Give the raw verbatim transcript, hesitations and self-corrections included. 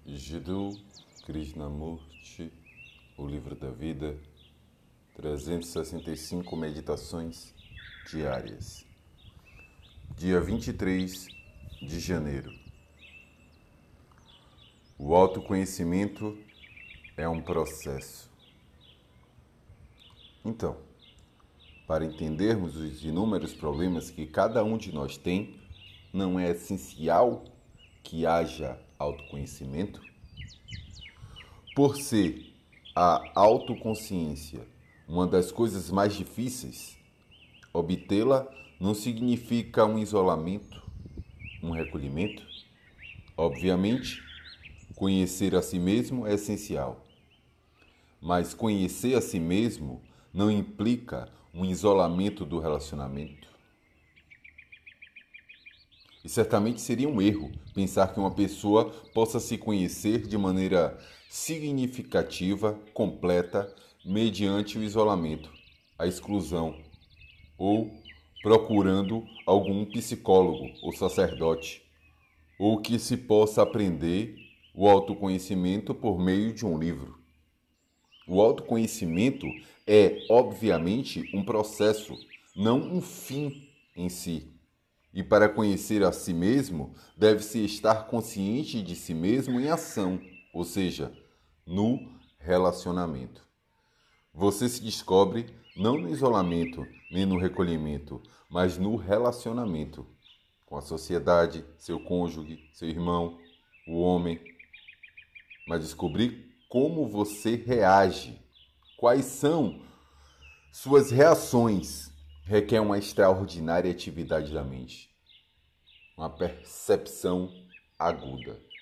Jiddu Krishnamurti, O Livro da Vida, trezentas e sessenta e cinco Meditações Diárias. Dia vinte e três de janeiro. O autoconhecimento é um processo. Então, para entendermos os inúmeros problemas que cada um de nós tem, não é essencial que haja autoconhecimento? Por ser a autoconsciência uma das coisas mais difíceis, obtê-la não significa um isolamento, um recolhimento. Obviamente, conhecer a si mesmo é essencial, mas conhecer a si mesmo não implica um isolamento do relacionamento. E certamente seria um erro pensar que uma pessoa possa se conhecer de maneira significativa, completa, mediante o isolamento, a exclusão, ou procurando algum psicólogo ou sacerdote, ou que se possa aprender o autoconhecimento por meio de um livro. O autoconhecimento é, obviamente, um processo, não um fim em si. E para conhecer a si mesmo, deve-se estar consciente de si mesmo em ação, ou seja, no relacionamento. Você se descobre não no isolamento, nem no recolhimento, mas no relacionamento com a sociedade, seu cônjuge, seu irmão, o homem. Mas descobrir como você reage, quais são suas reações, requer uma extraordinária atividade da mente, uma percepção aguda.